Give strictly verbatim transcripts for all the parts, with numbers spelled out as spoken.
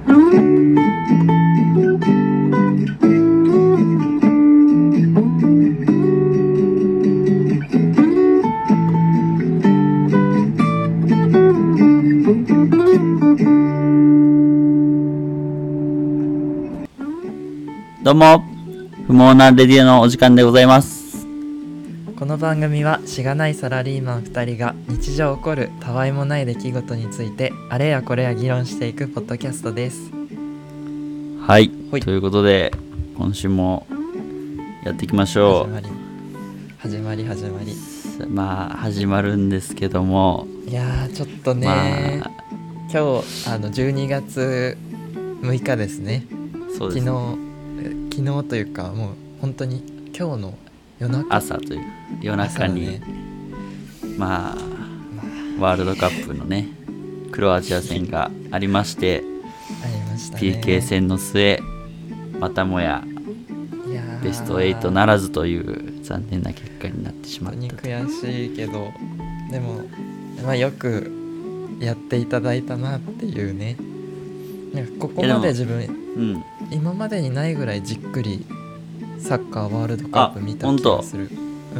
どうも、不毛なレディオのお時間でございます。 この番組はしがないサラリーマンふたりが日常起こるたわいもない出来事についてあれやこれや議論していくポッドキャストです。 はい、はい、ということで今週もやっていきましょう。 始まり始まり始まりまあ始まるんですけども、 いやーちょっとね、まあ、今日あのじゅうにがつむいかですね。 そうですね。 昨日昨日というかもう本当に今日の夜中朝という夜中に、ね、まあ、まあ、ワールドカップのねクロアチア戦がありましてありましたね。 ピーケー 戦の末またもやベストはちならずという残念な結果になってしまった。 本当に悔しいけどでも、まあ、よくやっていただいたなっていうね。なんかここまで自分、うん、今までにないぐらいじっくりサッカーワールドカップ見た気がする。うん、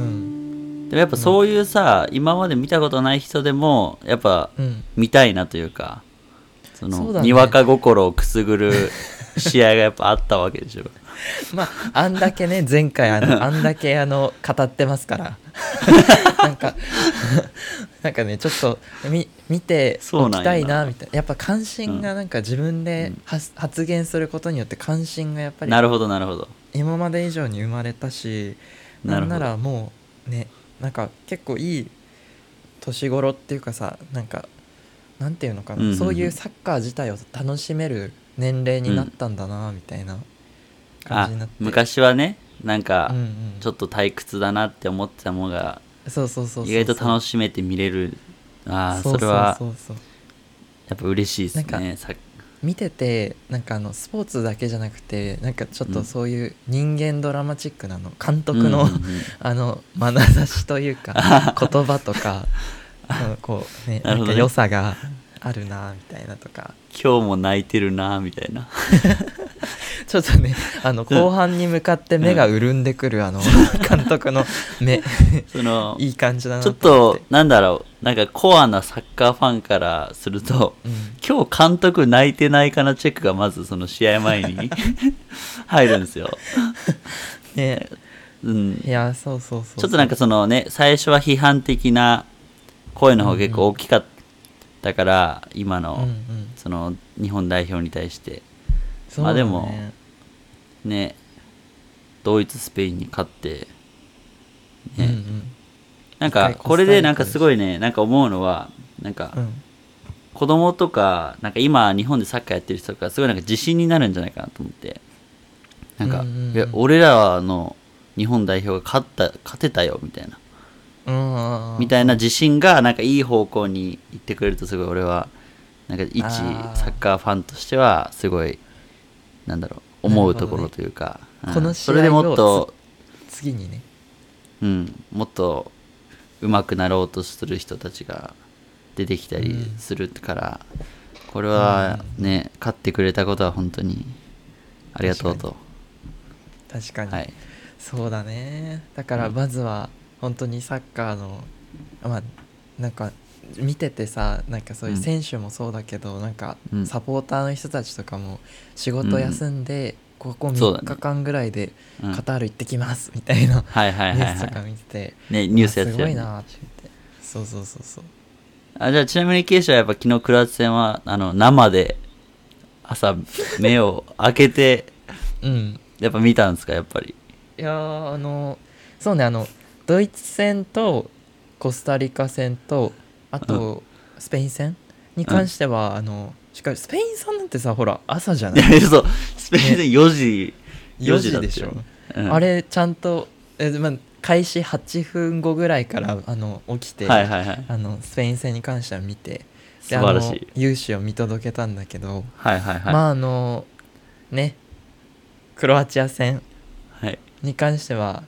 でもやっぱそういうさ、うん、今まで見たことない人でもやっぱ見たいなというか、うん、そのそ、ね、にわか心をくすぐる試合がやっぱあったわけでしょ。 まああんだけね前回あのあんだけあの語ってますからなんかなんかねちょっとみ見ておきたいなみたいな。やっぱ関心がなんか自分で、うん、発言することによって関心がやっぱりなるほどなるほど今まで以上に生まれたし、なんならもうねなんか結構いい年頃っていうかさ、なんかなんていうのかな、うんうんうん、そういうサッカー自体を楽しめる年齢になったんだなみたいな感じになって、 うん、あ昔はねなんかちょっと退屈だなって思ってたものが意外と楽しめて見れる。ああそれはやっぱ嬉しいですね。 なんか見ててなんかあのスポーツだけじゃなくてなんかちょっとそういう人間ドラマチックなの監督の、うんうんうん、あの眼差しというか言葉とかこうねなんか良さがあるなみたいなとか、 今日も泣いてるなみたいなちょっとねあの後半に向かって目が潤んでくる、うん、あの監督の目そのいい感じだなと思って。 ちょっとなんだろうなんかコアなサッカーファンからすると、うん、今日監督泣いてないかなチェックがまずその試合前に入るんですよ。 ね、うん、いやそうそうそうそう。 ちょっとなんかそのね最初は批判的な声の方が結構大きかったから、うんうん、今の、うんうん、その日本代表に対して、ね、まあでもねドイツスペインに勝ってね、うんうん、なんかこれでなんかすごいねなんか思うのはなんか子供とかなんか今日本でサッカーやってる人とかすごいなんか自信になるんじゃないかなと思って、なんか、うんうんうん、いや俺らの日本代表が勝った勝てたよみたいな、うん、みたいな自信がなんかいい方向に行ってくれるとすごい俺はなんか一サッカーファンとしてはすごいなんだろう思うところというか、 ね、うん、この試合を次にね、 うん、もっと上手くなろうとする人たちが出てきたりするから、うん、これはね、うん、勝ってくれたことは本当にありがとうと。 確かに、確かに、はい、そうだね。だからまずは本当にサッカーの、まあなんか見ててさなんかそういう選手もそうだけど、うん、なんかサポーターの人たちとかも仕事休んで、うん、ここみっかかんぐらいでカタール行ってきますみたいなニュースとか見てて、 ね、ニュースやってすごいなって言って。そうそうそうそう。 あ、じゃあちなみにケイシはやっぱ昨日クロアチア戦はあの生で朝目を開けて、うん、やっぱ見たんですかやっぱり。 いやあのそうねあのドイツ戦とコスタリカ戦とあと、うん、スペイン戦に関しては、うん、あのしかしスペイン戦なんてさほら朝じゃない。 いやそうスペイン戦よじ、 ね、よじでしょ、うん、あれちゃんとえ、まあ、開始はっぷんごぐらいからあの起きて、はいはいはい、あのスペイン戦に関しては見て素晴らしい勇姿を見届けたんだけど、 はいはいはい、 まああのねクロアチア戦に関しては、はい、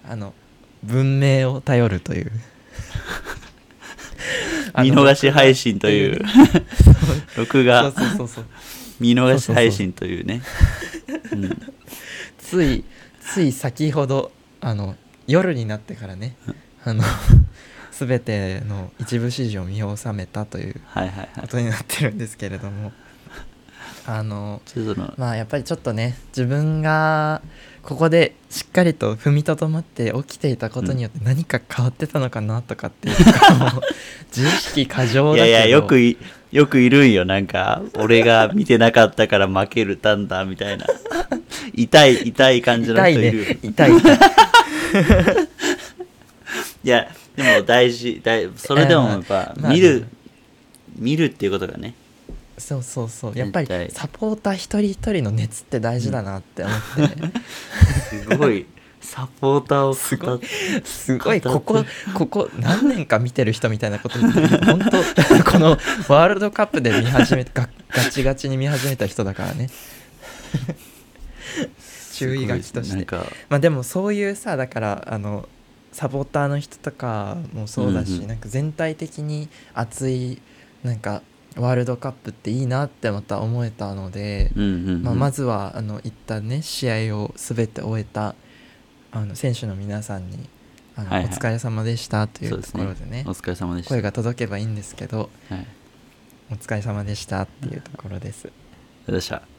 あの文明を頼るという見逃し配信という録画そうそうそうそう見逃し配信というね。うん、 ついつい先ほどあの夜になってからねあの全ての一部始終を見納めたということになってるんですけれども、あのまあやっぱりちょっとね自分がここでしっかりと踏みとどまって起きていたことによって何か変わってたのかなとかっていうか、もう自意識過剰だけど、いやいやよくいよくいるんよ、なんか俺が見てなかったから負けるたんだみたいな痛い痛い感じの人いるよ。 痛いね痛い痛いいやでも大事大それでもやっぱ見る、まあ、見るっていうことがね、 そうそうそうやっぱりサポーター一人一人の熱って大事だなって思って、ね、 すごいサポーターをすごいすごいここここ何年か見てる人みたいなこと言ってる本当このワールドカップで見始めガガチガチに見始めた人だからね注意書きとしてまあでもそういうさだからあのサポーターの人とかもそうだし、うんうん、なんか全体的に熱いなんかワールドカップっていいなってまた思えたので、 うんうんうんまあ、まずはあの一旦ね試合を全て終えたあの選手の皆さんにあの、はいはい、お疲れ様でしたというところで ね, でねお疲れ様でした声が届けばいいんですけど、 はい、 お疲れ様でしたっていうところです。 よっしゃ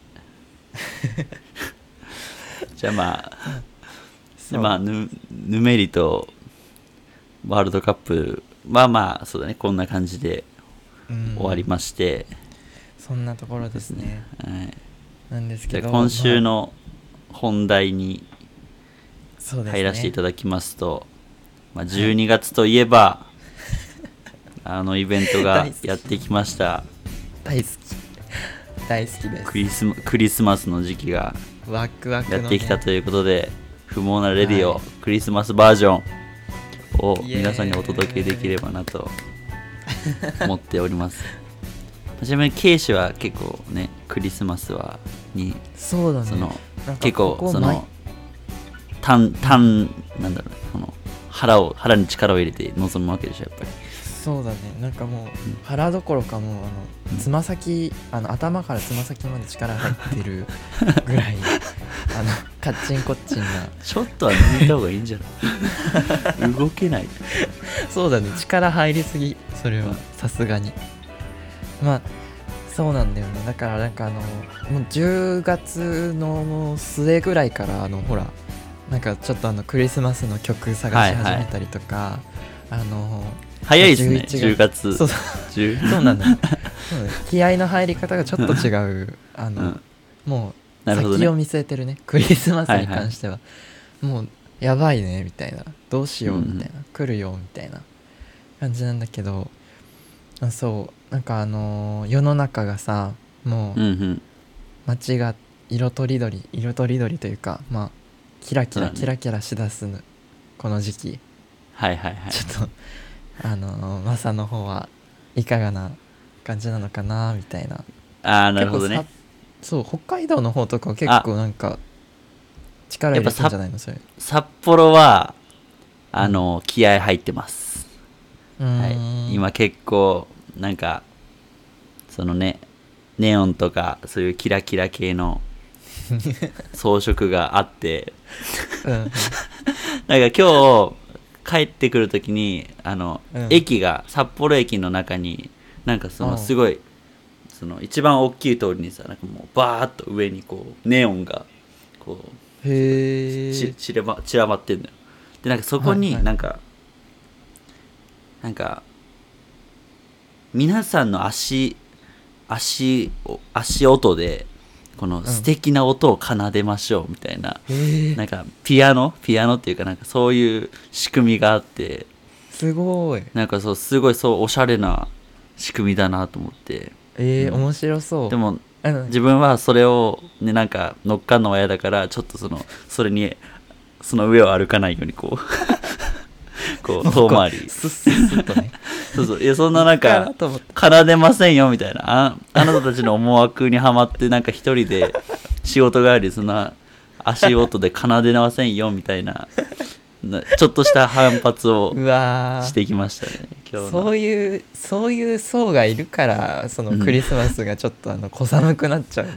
じゃあまあでまあぬぬめりとワールドカップまあまあそうだねこんな感じで終わりまして、 うん、そんなところですね。 はい、 なんですけど今週の本題に入らせていただきますと、まあ、じゅうにがつといえば、はい、あのイベントがやってきました。 大好き大好きです。 クリスマ、クリスマスの時期がワクワクの、ね、 やってきたということで不毛なレディオ、はい、クリスマスバージョンを皆さんにお届けできればなと思っておりますちなみにケイシは結構ねクリスマスはにそうだねその結構その単単なんだろうこの腹を腹に力を入れて臨むわけでしょやっぱり。 そうだねなんかもう、うん、腹どころかもうあのつま先あの頭からつま先まで力入ってるぐらいあのカッチンコッチンなちょっとは抜いた方がいいんじゃない動けないそうだね力入りすぎそれはさすがにまあそうなんだよねだからなんかあのもうじゅうがつの末ぐらいからあのほらなんかちょっとあのクリスマスの曲探し始めたりとか、はいはい、あの早いですねじゅうがつそうそうそうなんだ、ね、気合の入り方がちょっと違うあの、うん、もう先を見据えてるねクリスマスに関しては、はいはい、もうやばいねみたいなどうしようみたいな、うん、来るよみたいな感じなんだけどあそうなんかあのー、世の中がさもう、うんうん、街が色とりどり色とりどりというかまあキラキラ、ね、キラキラしだすこの時期はいはいはいちょっとあのマサの方はいかがな感じなのかなみたいなあーなるほどねそう北海道の方とか結構なんか力入れてんじゃないのそれ札幌はあの、うん、気合入ってます、はい、今結構なんかそのねネオンとかそういうキラキラ系の装飾があって、うん、なんか今日帰ってくるときにあの、うん、駅が札幌駅の中になんかそのすごいその一番大きい通りにさなんかもうバーッと上にこうネオンがこうへち散れば散らばってんのよでなんかそこになんか、はいはい、なんか皆さんの足足足音でこの素敵な音を奏でましょうみたいな、うん、なんかピアノピアノっていうかなんかそういう仕組みがあってすごいなんかそうすごいそうおしゃれな仕組みだなと思ってえー、うん、面白そうでも自分はそれをねなんか乗っかんのは嫌だからちょっとそのそれにその上を歩かないようにこうこう遠回りスッスッスッとねそうそういやそんななんか奏でませんよみたいな あ, あなたたちの思惑にはまってなんか一人で仕事帰りそんな足音で奏でませんよみたいなちょっとした反発をしてきましたね強なそういうそういう層がいるからそのクリスマスがちょっとあの小寒くなっちゃう、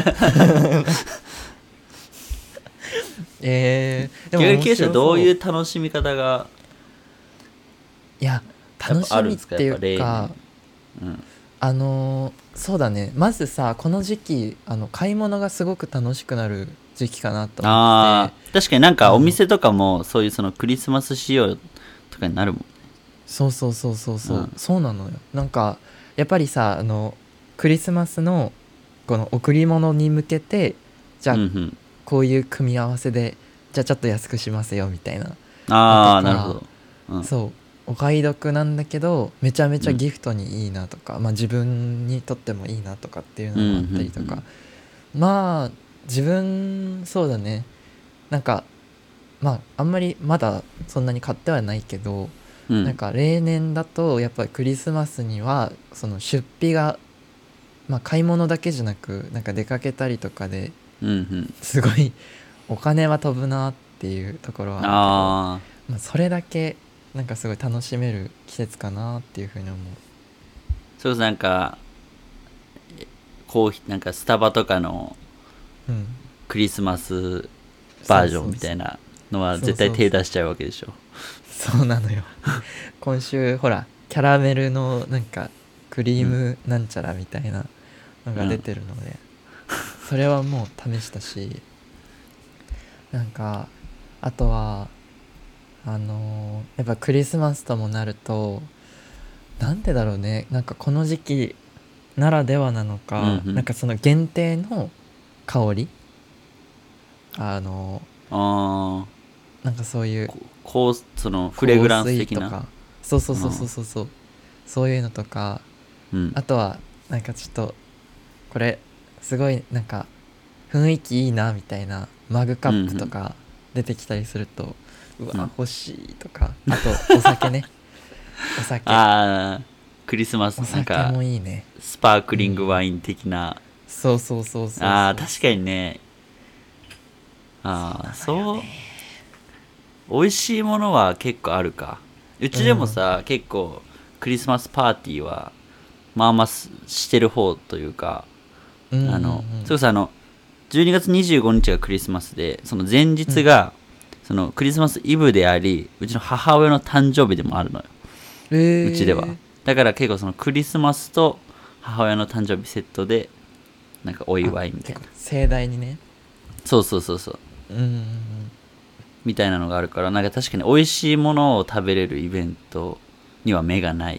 えー、でも休憩者どういうう楽しみ方がいや楽しみっていうか、 うん、 あのーそうだね、まずさこの時期あの買い物がすごく楽しくなる時期かなと思ってて、 あ確かになんかお店とかもそういうそのクリスマス仕様とかになるもん。 そうそうそうそうそう、うん、そうなのよ。なんかやっぱりさあのクリスマスのこの贈り物に向けてじゃあ、うんうん、こういう組み合わせでじゃあちょっと安くしますよみたいな、 ああなるほど、 うん、そうお買い得なんだけどめちゃめちゃギフトにいいなとか、うん、まあ自分にとってもいいなとかっていうのもあったりとか、うんうんうん、まあ自分そうだねなんかまああんまりまだそんなに買ってはないけど、うん、なんか例年だとやっぱりクリスマスにはその出費が、まあ、買い物だけじゃなくなんか出かけたりとかですごいお金は飛ぶなっていうところはあるけど、あ、まあ、それだけなんかすごい楽しめる季節かなっていうふうに思う。 そうなんかコーヒーなんかスタバとかのクリスマスバージョンみたいなのは絶対手出しちゃうわけでしょ。 そうなのよ今週ほらキャラメルのなんかクリームなんちゃらみたいなのが出てるので、うん、それはもう試したし、なんかあとはあのー、やっぱクリスマスともなるとなんでだろうね、なんかこの時期ならではなのか、うんうん、なんかその限定の香りあのー、あなんかそういうこうそのフレグランス的なとかそうそうそうそうそうそう、うん、そういうのとか、うん、あとはなんかちょっとこれすごいなんか雰囲気いいなみたいなマグカップとか出てきたりすると、うんうんうわ、うん、欲しいとか、あとお酒ねお酒あクリスマスお酒もいいね、 スパークリングワイン的な、うん、 そうそうそうそうそう、 あ確かにね、あそう、ね、美味しいものは結構あるか。うちでもさ、うん、結構クリスマスパーティーはまあまあしてる方というか、うんうんうん、あのそれこそあのじゅうにがつにじゅうごにちがクリスマスでその前日が、うんそのクリスマスイブでありうちの母親の誕生日でもあるのよ、 えー、 うちでは。だから結構そのクリスマスと母親の誕生日セットでなんかお祝いみたいな盛大にね、 そうそうそうそう、 うんうんうん、 みたいなのがあるからなんか確かに美味しいものを食べれるイベントには目がな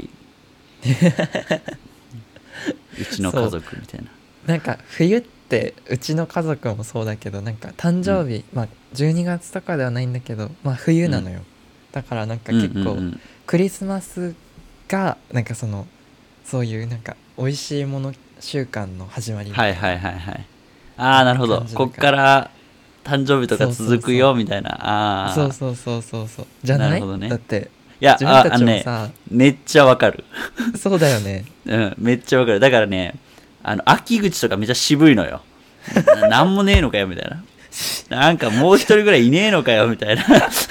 いうちの家族みたいな。 なんか冬ってうちの家族もそうだけどなんか誕生日、うん、まあじゅうにがつとかではないんだけどまあ冬なのよ、うん、だからなんか結構、うんうんうん、クリスマスがなんかそのそういうなんか美味しいもの習慣の始まりみたいな、 はいはいはいはいああなるほどこっから誕生日とか続くよみたいなああそうそうそうそうそうじゃないなるほど、ね、だっていや自分たちもさ、ね、めっちゃわかるそうだよねうんめっちゃわかる。だからねあの秋口とかめっちゃ渋いのよなんもねえのかよみたいななんかもう一人ぐらいいねえのかよみたいな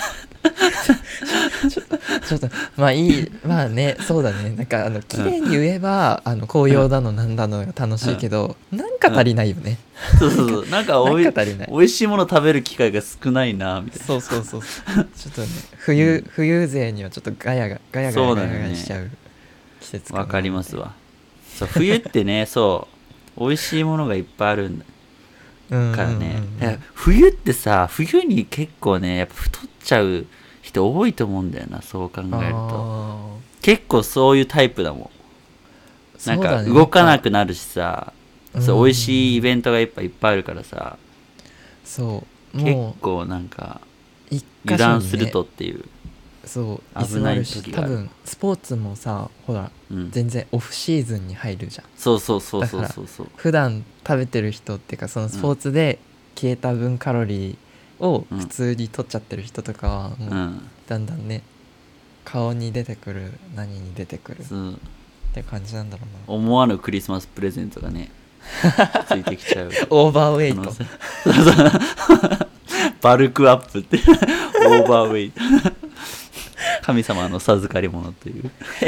ちょっとちょっとまあいいまあねそうだねなんかあの綺麗に言えば、うん、あの紅葉だのなんだのが楽しいけど、うん、なんか足りないよね、 うん、そうそうそうなんかおいなんか足りないおいしいもの食べる機会が少ないなみたいなそうそうそうちょっとね冬、うん、冬勢にはちょっとガヤがガヤガヤガヤガヤしちゃう季節かな。 わかりますわ。そう冬ってねそう美味しいものがいっぱいあるんだからね、うんうんうん、冬ってさ冬に結構ねやっぱ太っちゃう人多いと思うんだよな。そう考えると結構そういうタイプだもん。なんか動かなくなるしさ、そう、ね、そう美味しいイベントがいっぱいいっぱいあるからさ、 そう結構なんか油断するとっていう、 そう危ない時がある。多分スポーツもさほら、うん、全然オフシーズンに入るじゃん。 そうそうそうそうそうそう。 普段食べてる人っていうかそのスポーツで消えた分カロリーを普通に取っちゃってる人とかはもうだんだんね顔に出てくる何に出てくるって感じなんだろうな。 思わぬクリスマスプレゼントがねついてきちゃうオーバーウェイトバルクアップってオーバーウェイト神様の授かり物という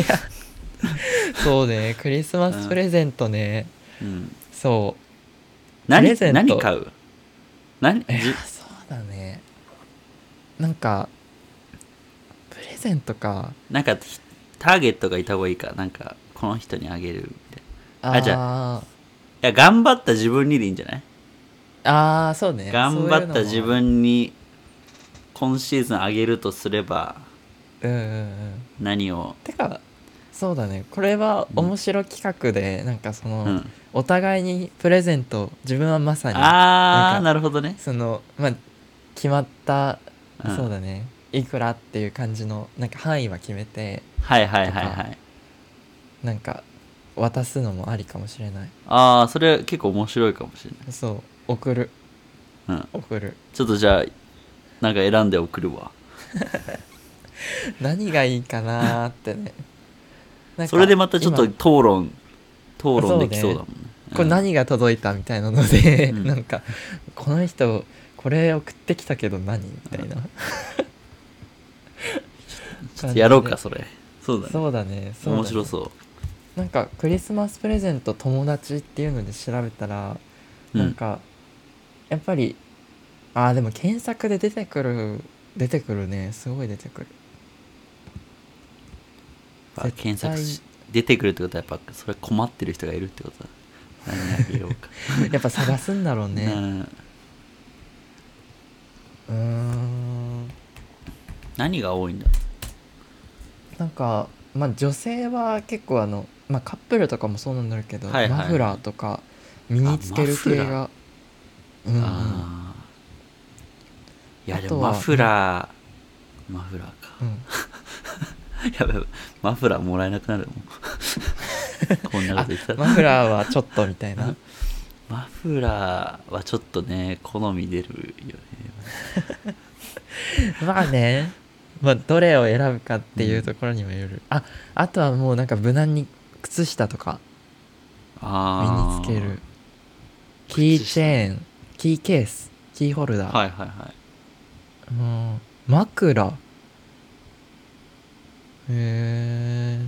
そうね、クリスマスプレゼントね、 うん、 そう何プレゼント何買う何いやそうだね、なんかプレゼントか、 なんかターゲットがいた方がいいか、なんかこの人にあげるみたいな。ああじゃあいや頑張った自分にでいいんじゃない？ あーそうね、 頑張った自分に今シーズンあげるとすれば、 うんうんうん何をてかそうだね、これは面白企画で、うん、なんかその、うん、お互いにプレゼント、自分はまさにああなるほどね、 そのまあ決まった、 うん、 そうだね、いくらっていう感じのなんか範囲は決めて、 はいはいはいはい、 なんか渡すのもありかもしれない。 ああそれ結構面白いかもしれない。 そう送る、 うん、 送る。 ちょっとじゃあなんか選んで送るわ何がいいかなーってねそれでまたちょっと討論討論できそうだもんね、 うん、これ何が届いたみたいなので、うん、なんかこの人これ送ってきたけど何みたいな、うん、 ちょっとやろうかそれ。そうだね、 そうだね、そうだね、 面白そう。 なんかクリスマスプレゼント友達っていうので調べたら、うん、なんかやっぱりあーでも検索で出てくる出てくるね、すごい出てくる。 検索し出てくるってことはやっぱそれ困ってる人がいるってことだ。何あげようかやっぱ探すんだろうね。 うーん何が多いんだ。 なんかまあ女性は結構あの、まあ、カップルとかもそうなんだけど、はいはいはい、マフラーとか身につける系が、うんうん、あいやでもマフラー、マフラーか、うんやばいマフラーもらえなくなるもんこんなこと言ったらマフラーはちょっとみたいなマフラーはちょっとね好み出るよねまあね、まあ、どれを選ぶかっていうところにもよる、うん、ああとはもうなんか無難に靴下とか身につけるキーチェーン、キーケース、キーホルダー、 はいはいはい、 うん、枕、へえ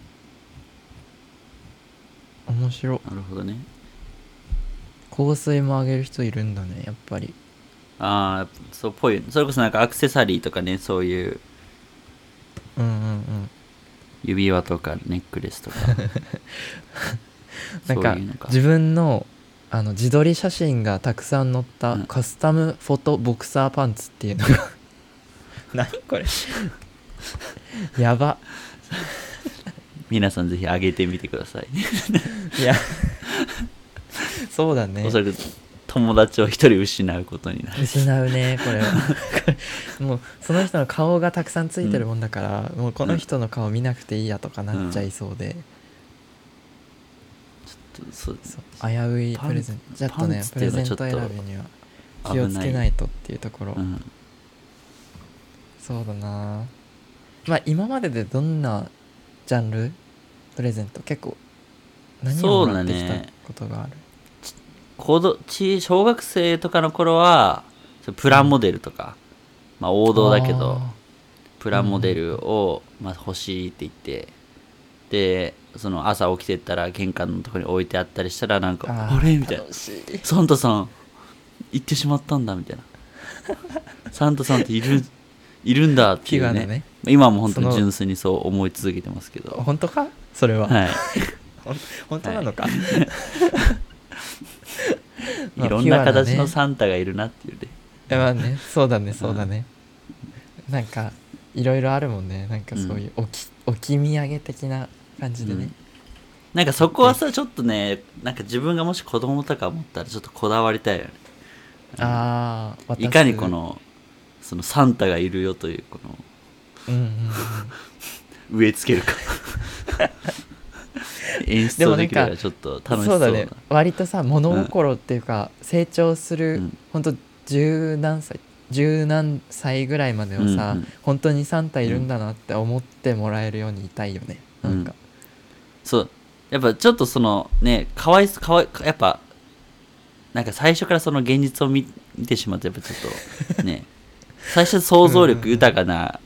面白い。 なるほどね。 香水もあげる人いるんだねやっぱり。 ああそうっぽい。それこそなんかアクセサリーとかね、そういううんうんうん指輪とかネックレスとかなんか自分のあの自撮り写真がたくさん載ったカスタムフォトボクサーパンツっていうのが何これやば皆さんぜひ上げてみてくださいいやそうだね、 おそらく友達を一人失うことになる。 失うねこれはもうその人の顔がたくさんついてるもんだから、うん、もうこの人の顔見なくていいやとかなっちゃいそうで、うん、 ちょっとそうそう危ういプレゼントちょっとねプレゼント選びには気をつけないとっていうところ、うん、そうだな。まあ今まででどんなジャンルプレゼント結構何をもらってきたことがある？ 小学生とかの頃はプラモデルとか、うん、まあ王道だけどプラモデルをまあ欲しいって言って、うん、でその朝起きてったら玄関のところに置いてあったりしたらなんかあれみたいな、サンタさん行ってしまったんだみたいなサンタさんっているいるんだっていうね、ね今も本当に純粋にそう思い続けてますけど。 本当かそれは、 はい、 本当なのか、はいいろんな形のサンタがいるなっていうね。 まあね、そうだねそうだね、うん、なんかいろいろあるもんね。なんかそういう置き、うん、置き土産的な感じでね、うん、 なんかそこはさちょっとねなんか自分がもし子供とか思ったらちょっとこだわりたいよね。 ああいかにこのそのサンタがいるよというこの、 うんうんうん、 植え付けるか演出できればちょっと楽しそうな。 そうだね、割とさ物心っていうか、うん、成長する、うん、ほんと十何歳十何歳ぐらいまではさ、うんうん、本当にサンタいるんだなって思ってもらえるようにいたいよね、うん、なんかそうやっぱちょっとそのねかわいそかわいやっぱなんか最初からその現実を 見, 見てしまうとやっぱちょっとね最初想像力豊かな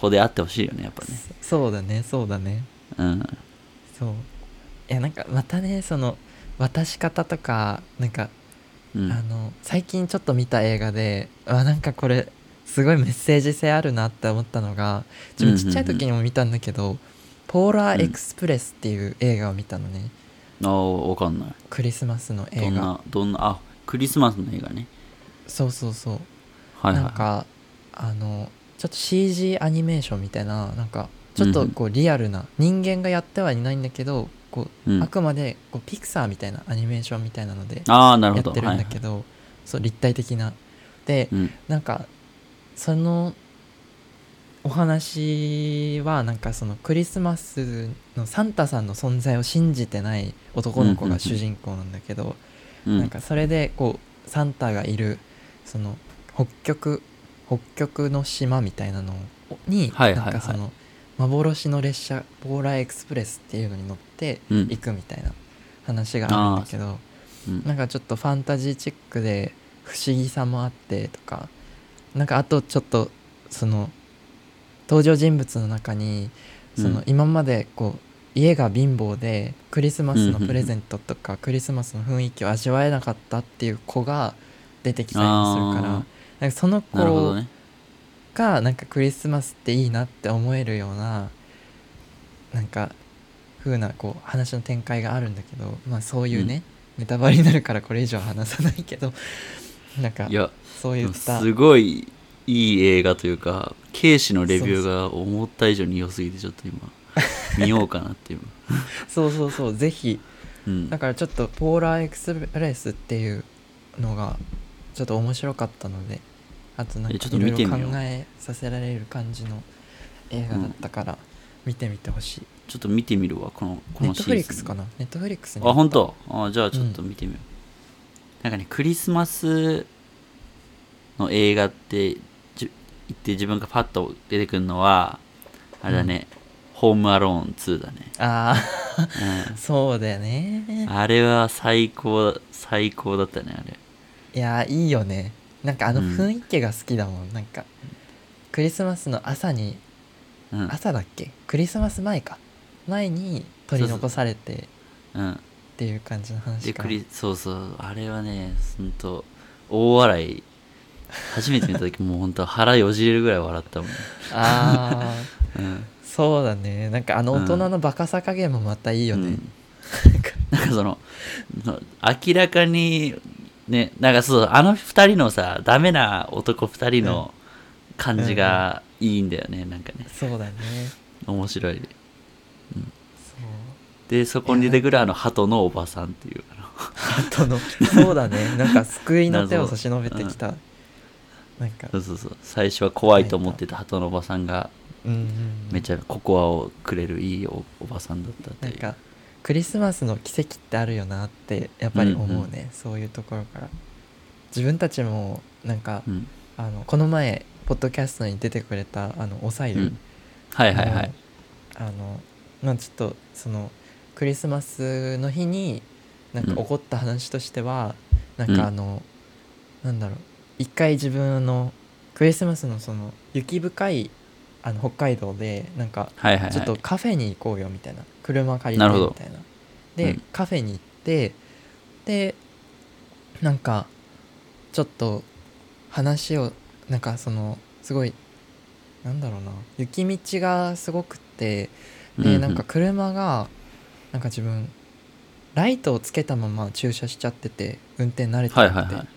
子であってほしいよねやっぱね。 そうだねそうだね。 うんそういやなんかまたねその渡し方とかなんか、うん、あの最近ちょっと見た映画であなんかこれすごいメッセージ性あるなって思ったのが自分ちっちゃい時にも見たんだけど、うんうんうん、ポーラーエクスプレスっていう映画を見たのね、 うん、あわかんない。 クリスマスの映画。 どんなどんなあクリスマスの映画ね。 そうそうそう、 はいはい、 なんかあのちょっと シージー アニメーションみたいななんかちょっとこうリアルな、うん、人間がやってはいないんだけどこう、うん、あくまでこうピクサーみたいなアニメーションみたいなのでやってるんだけど、はいはい、そう立体的なで、うん、なんかそのお話はなんかそのクリスマスのサンタさんの存在を信じてない男の子が主人公なんだけど、うんうんうん、なんかそれでこうサンタがいるその北極北極の島みたいなのに、はいはいはい、なんかその幻の列車ポーラーエクスプレスっていうのに乗って行くみたいな話があるんだけど、うん、なんかちょっとファンタジーチックで不思議さもあってとかなんかあとちょっとその登場人物の中にその今までこう家が貧乏でクリスマスのプレゼントとかクリスマスの雰囲気を味わえなかったっていう子が出てきたりもするからなんかその子がなんかクリスマスっていいなって思えるようななんか風なこう話の展開があるんだけど、まあそういうね、うん、ネタバレになるからこれ以上話さないけどなんかそういったすごいいい映画というかケイシのレビューが思った以上に良すぎてちょっと今見ようかなっていうそうそうそうぜひ、うん、だからちょっとポーラーエクスプレスっていうのがちょっと面白かったのであとなんかいろいろ考えさせられる感じの映画だったから見てみてほしい、うん、 ちょっと見てみるわこのこのシーズン。 ネットフリックスかなネットフリックスにあ本当あじゃあちょっと見てみよう、うん、なんかねクリスマスの映画って言って自分がパッと出てくるのはあれだね、うん、ホームアローンツーだね。 ああ、うん、そうだよね。 あれは最高最高だったねあれ。 いやいいよね。なんかあの雰囲気が好きだもん、うん、なんかクリスマスの朝に、うん、朝だっけクリスマス前か前に取り残されてっていう感じの話か。 でそうそうあれはねほんと大笑い初めて見た時もうほんと腹よじれるぐらい笑ったもん。 ああ、うん、そうだね。なんかあの大人のバカさ加減もまたいいよね、うん、 なんかその明らかにねなんかそうあの二人のさダメな男二人の感じがいいんだよね、うんうん、なんかねそうだね面白い、うん、そうでそこに出てくるあの鳩のおばさんっていう鳩のそうだねなんか救いの手を差し伸べてきた、うん、なんかそうそうそう最初は怖いと思ってた鳩のおばさんがめっちゃココアをくれるいい お, おばさんだったっていう。 なんかクリスマスの奇跡ってあるよなってやっぱり思うね、うんうん、そういうところから自分たちもなんか、うん、あのこの前ポッドキャストに出てくれたあのおさゆ、うん、 はいはいはいあのまあちょっとそのクリスマスの日になんか起こった話としては、うん、なんかあの、うん、なんだろう一回自分のクリスマスのその雪深いあの北海道でなんかちょっとカフェに行こうよみたいな車借りてみたいなで、うん、カフェに行ってでなんかちょっと話をなんかそのすごいなんだろうな雪道がすごくってでなんか車がなんか自分ライトをつけたまま駐車しちゃってて運転慣れてなくて、はいはいはい、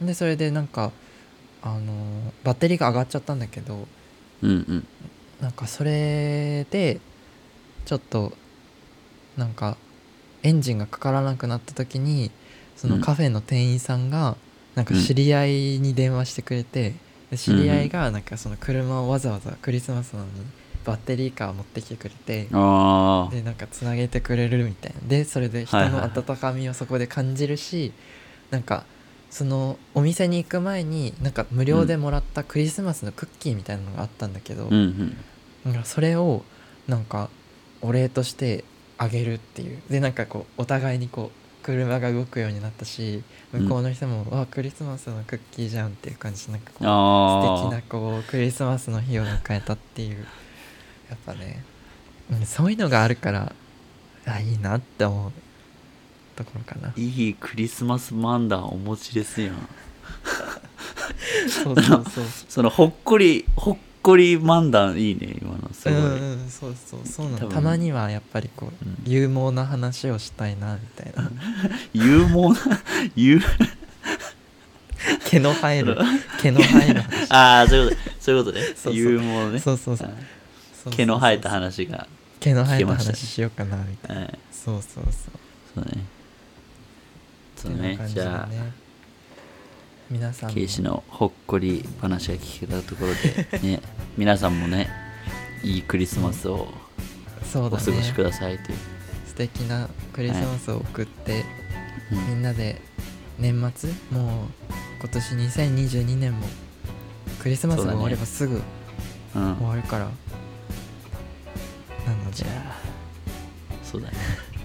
でそれでなんかあのバッテリーが上がっちゃったんだけど、 うんうん、 なんかそれでちょっとなんかエンジンがかからなくなった時にそのカフェの店員さんがなんか知り合いに電話してくれて、で知り合いがなんかその車をわざわざクリスマスなのにバッテリーカー持ってきてくれて、 あでなんかつなげてくれるみたいなでそれで人の温かみをそこで感じるし、はいはい、なんかそのお店に行く前になんか無料でもらったクリスマスのクッキーみたいなのがあったんだけど、 うんうん、 なんかそれをなんかお礼としてあげるっていうでなんかこうお互いにこう車が動くようになったし、向こうの人も、うん、あクリスマスのクッキーじゃんっていう感じで、なんかこう素敵なこうクリスマスの日を迎えたっていう、やっぱね、うん、そういうのがあるからあいいなって思うところかな。 いいクリスマス漫談お持ちですよそうそうそうそのほっこりほっこり漫談いいね今のすごい、うんうん、そうそうそうなの。たまにはやっぱりこう、うん、勇猛な話をしたいなみたいな勇猛な勇毛の生える毛の生える話ああそういうことそういうことね。そうそう勇猛ね。 そうそうそう毛の生えた話が毛の生えた話しようかなみたいな、はい、そうそうそうそうねそうね。じゃあ皆さんもケイシのほっこり話が聞けたところでね皆さんもねいいクリスマスをお過ごしくださいという、 素敵なクリスマスを送って、はい、みんなで年末、もう今年にせんにじゅうにねんもクリスマスが終わればすぐ終わるから、うん、なのでじゃあそうだね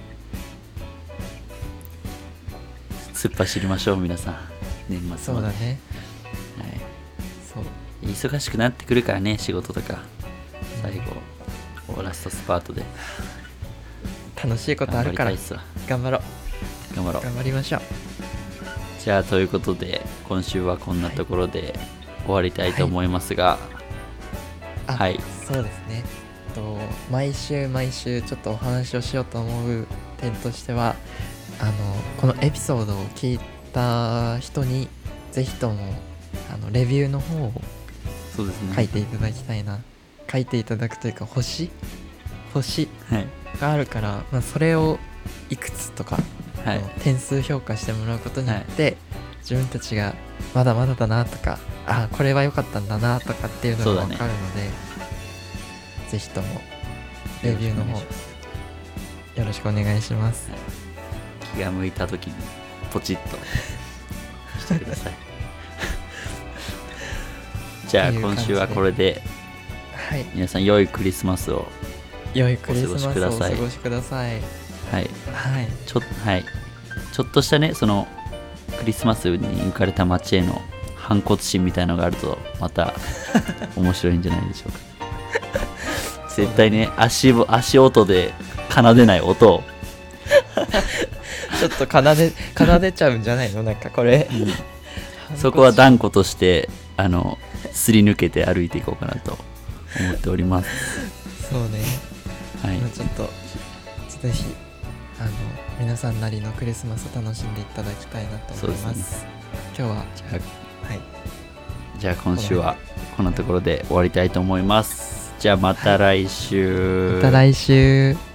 突っ走りましょう皆さん年末まで。 そうだね、 はい、そう忙しくなってくるからね仕事とか最後、うん、ラストスパートで楽しいことあるから頑張ろう頑張ろう頑張りましょう。 じゃあということで今週はこんなところで終わりたいと思いますが、 はい、はい、そうですねと毎週毎週ちょっとお話をしようと思う点としては、あのこのエピソードを聞いた人にぜひともあのレビューの方をそうですね書いていただきたいな。書いていただくというか星星があるから、はい、まあ、それをいくつとか、はい、点数評価してもらうことによって、はい、自分たちがまだまだだなとか、あこれは良かったんだなとかっていうのが分かるので、ね、ぜひともレビューの方よろしくお願いします。 気が向いた時にポチッとしてくださいじゃあ今週はこれで、はい、皆さん良いクリスマスを良いクリスマスをお過ごしください。 はい、 はい、 ちょ、はい、ちょっとしたねそのクリスマスに浮かれた街への反骨心みたいのがあるとまた面白いんじゃないでしょうか絶対ね足足音で奏でない音をちょっと奏で奏でちゃうんじゃないのなんかこれ、 うん、そこは断固としてあのすり抜けて歩いていこうかなと思っておりますそうね、 はい、 ちょっとぜひあの皆さんなりのクリスマスを楽しんでいただきたいなと思います。今日はじゃあ、はい、じゃあ今週はこんなところで終わりたいと思います。じゃあまた来週、 はい、また来週。